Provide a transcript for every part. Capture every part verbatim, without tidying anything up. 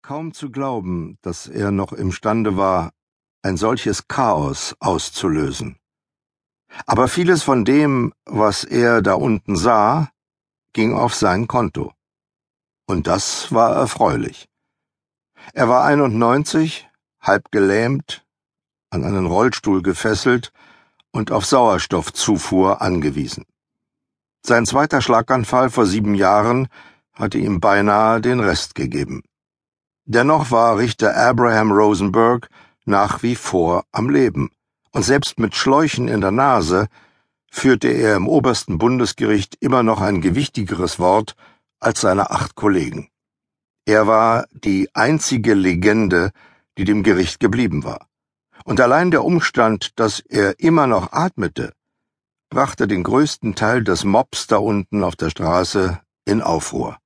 Kaum zu glauben, dass er noch imstande war, ein solches Chaos auszulösen. Aber vieles von dem, was er da unten sah, ging auf sein Konto. Und das war erfreulich. Er war einundneunzig, halb gelähmt, an einen Rollstuhl gefesselt und auf Sauerstoffzufuhr angewiesen. Sein zweiter Schlaganfall vor sieben Jahren hatte ihm beinahe den Rest gegeben. Dennoch war Richter Abraham Rosenberg nach wie vor am Leben, und selbst mit Schläuchen in der Nase führte er im obersten Bundesgericht immer noch ein gewichtigeres Wort als seine acht Kollegen. Er war die einzige Legende, die dem Gericht geblieben war. Und allein der Umstand, dass er immer noch atmete, brachte den größten Teil des Mobs da unten auf der Straße in Aufruhr.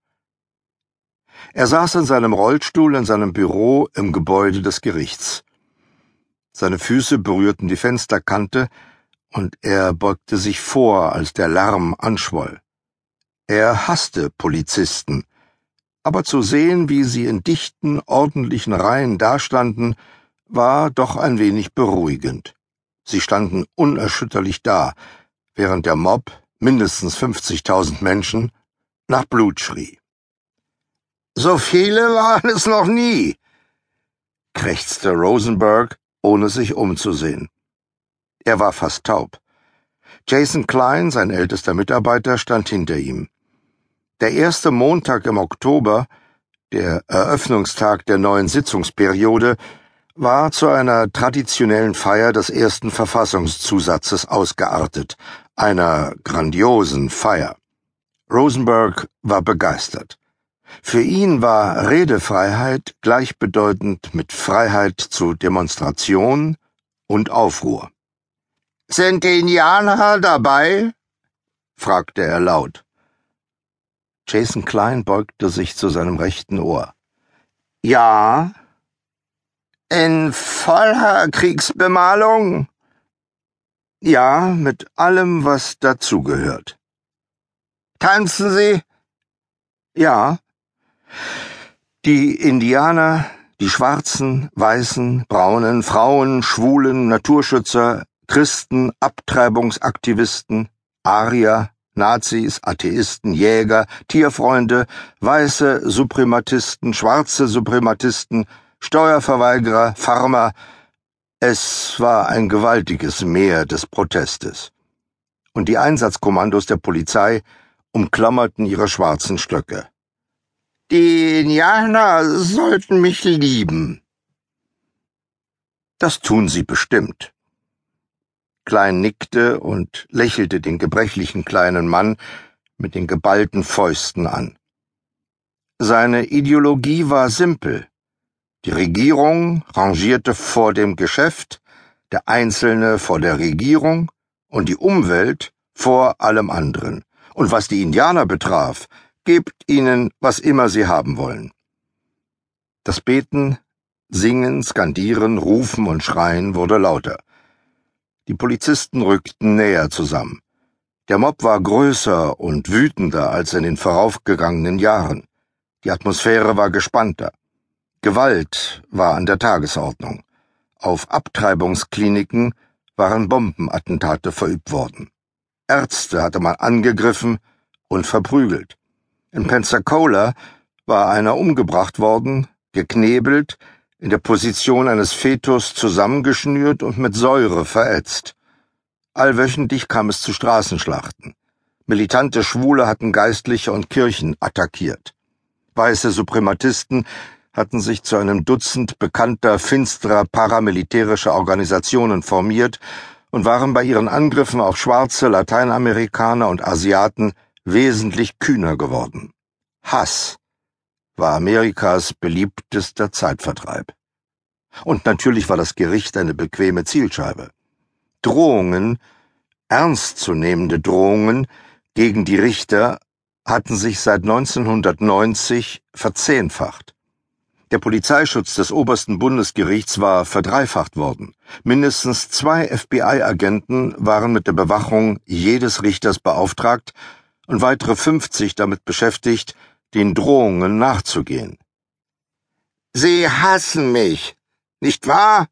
Er saß in seinem Rollstuhl in seinem Büro im Gebäude des Gerichts. Seine Füße berührten die Fensterkante, und er beugte sich vor, als der Lärm anschwoll. Er hasste Polizisten, aber zu sehen, wie sie in dichten, ordentlichen Reihen dastanden, war doch ein wenig beruhigend. Sie standen unerschütterlich da, während der Mob, mindestens fünfzigtausend Menschen, nach Blut schrie. »So viele waren es noch nie«, krächzte Rosenberg, ohne sich umzusehen. Er war fast taub. Jason Klein, sein ältester Mitarbeiter, stand hinter ihm. Der erste Montag im Oktober, der Eröffnungstag der neuen Sitzungsperiode, war zu einer traditionellen Feier des ersten Verfassungszusatzes ausgeartet, einer grandiosen Feier. Rosenberg war begeistert. Für ihn war Redefreiheit gleichbedeutend mit Freiheit zu Demonstration und Aufruhr. »Sind die Indianer dabei?« fragte er laut. Jason Klein beugte sich zu seinem rechten Ohr. »Ja.« »In voller Kriegsbemalung?« »Ja, mit allem, was dazugehört.« »Tanzen Sie?« »Ja.« Die Indianer, die Schwarzen, Weißen, Braunen, Frauen, Schwulen, Naturschützer, Christen, Abtreibungsaktivisten, Arier, Nazis, Atheisten, Jäger, Tierfreunde, weiße Suprematisten, schwarze Suprematisten, Steuerverweigerer, Farmer. Es war ein gewaltiges Meer des Protestes. Und die Einsatzkommandos der Polizei umklammerten ihre schwarzen Stöcke. »Die Indianer sollten mich lieben.« »Das tun sie bestimmt.« Klein nickte und lächelte den gebrechlichen kleinen Mann mit den geballten Fäusten an. Seine Ideologie war simpel. Die Regierung rangierte vor dem Geschäft, der Einzelne vor der Regierung und die Umwelt vor allem anderen. Und was die Indianer betraf, gebt ihnen, was immer sie haben wollen. Das Beten, Singen, Skandieren, Rufen und Schreien wurde lauter. Die Polizisten rückten näher zusammen. Der Mob war größer und wütender als in den voraufgegangenen Jahren. Die Atmosphäre war gespannter. Gewalt war an der Tagesordnung. Auf Abtreibungskliniken waren Bombenattentate verübt worden. Ärzte hatte man angegriffen und verprügelt. In Pensacola war einer umgebracht worden, geknebelt, in der Position eines Fetus zusammengeschnürt und mit Säure verätzt. Allwöchentlich kam es zu Straßenschlachten. Militante Schwule hatten Geistliche und Kirchen attackiert. Weiße Suprematisten hatten sich zu einem Dutzend bekannter, finsterer paramilitärischer Organisationen formiert und waren bei ihren Angriffen auf Schwarze, Lateinamerikaner und Asiaten wesentlich kühner geworden. Hass war Amerikas beliebtester Zeitvertreib. Und natürlich war das Gericht eine bequeme Zielscheibe. Drohungen, ernstzunehmende Drohungen gegen die Richter hatten sich seit neunzehnhundertneunzig verzehnfacht. Der Polizeischutz des obersten Bundesgerichts war verdreifacht worden. Mindestens zwei F B I-Agenten waren mit der Bewachung jedes Richters beauftragt und weitere fünfzig damit beschäftigt, den Drohungen nachzugehen. Sie hassen mich, nicht wahr?«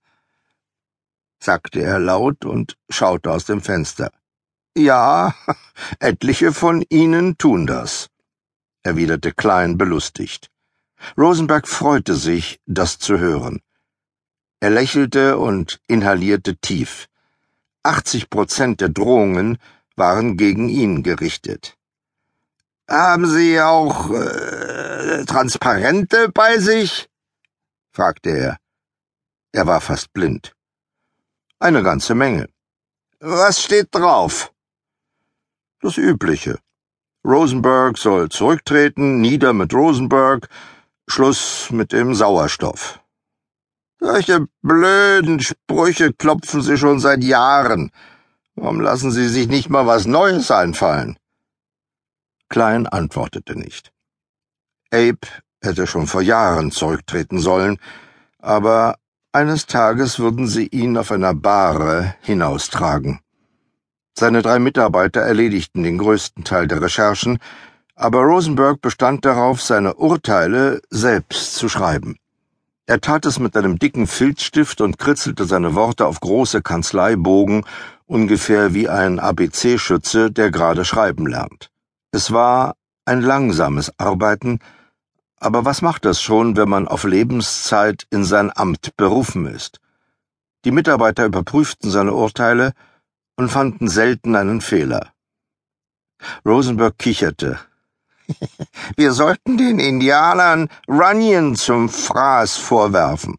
sagte er laut und schaute aus dem Fenster. »Ja, etliche von Ihnen tun das«, erwiderte Klein belustigt. Rosenberg freute sich, das zu hören. Er lächelte und inhalierte tief. achtzig Prozent der Drohungen waren gegen ihn gerichtet. »Haben Sie auch äh, Transparente bei sich?« fragte er. Er war fast blind. »Eine ganze Menge.« »Was steht drauf?« »Das Übliche. Rosenberg soll zurücktreten, nieder mit Rosenberg, Schluss mit dem Sauerstoff.« »Solche blöden Sprüche klopfen Sie schon seit Jahren. Warum lassen Sie sich nicht mal was Neues einfallen?« Klein antwortete nicht. Abe hätte schon vor Jahren zurücktreten sollen, aber eines Tages würden sie ihn auf einer Bahre hinaustragen. Seine drei Mitarbeiter erledigten den größten Teil der Recherchen, aber Rosenberg bestand darauf, seine Urteile selbst zu schreiben. Er tat es mit einem dicken Filzstift und kritzelte seine Worte auf große Kanzleibogen, ungefähr wie ein A B C-Schütze, der gerade schreiben lernt. Es war ein langsames Arbeiten, aber was macht das schon, wenn man auf Lebenszeit in sein Amt berufen ist? Die Mitarbeiter überprüften seine Urteile und fanden selten einen Fehler. Rosenberg kicherte. »Wir sollten den Indianern Runyon zum Fraß vorwerfen.«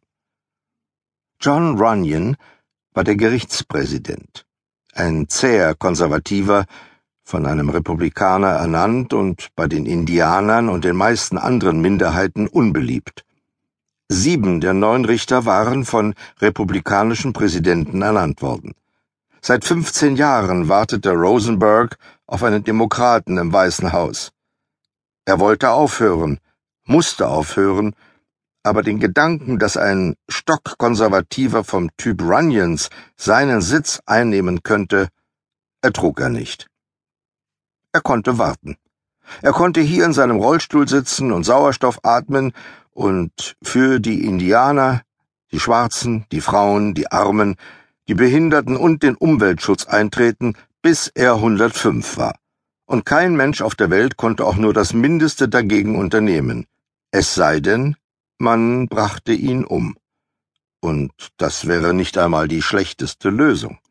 John Runyon war der Gerichtspräsident, ein zäher Konservativer, von einem Republikaner ernannt und bei den Indianern und den meisten anderen Minderheiten unbeliebt. Sieben der neun Richter waren von republikanischen Präsidenten ernannt worden. Seit fünfzehn Jahren wartete Rosenberg auf einen Demokraten im Weißen Haus. Er wollte aufhören, musste aufhören, aber den Gedanken, dass ein Stockkonservativer vom Typ Runyons seinen Sitz einnehmen könnte, ertrug er nicht. Er konnte warten. Er konnte hier in seinem Rollstuhl sitzen und Sauerstoff atmen und für die Indianer, die Schwarzen, die Frauen, die Armen, die Behinderten und den Umweltschutz eintreten, bis er hundertfünf war. Und kein Mensch auf der Welt konnte auch nur das Mindeste dagegen unternehmen. Es sei denn, man brachte ihn um. Und das wäre nicht einmal die schlechteste Lösung.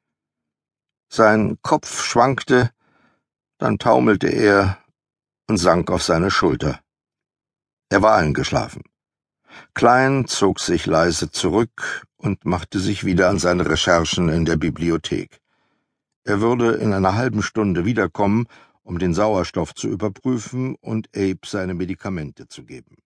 Sein Kopf schwankte, dann taumelte er und sank auf seine Schulter. Er war eingeschlafen. Klein zog sich leise zurück und machte sich wieder an seine Recherchen in der Bibliothek. Er würde in einer halben Stunde wiederkommen, um den Sauerstoff zu überprüfen und Abe seine Medikamente zu geben.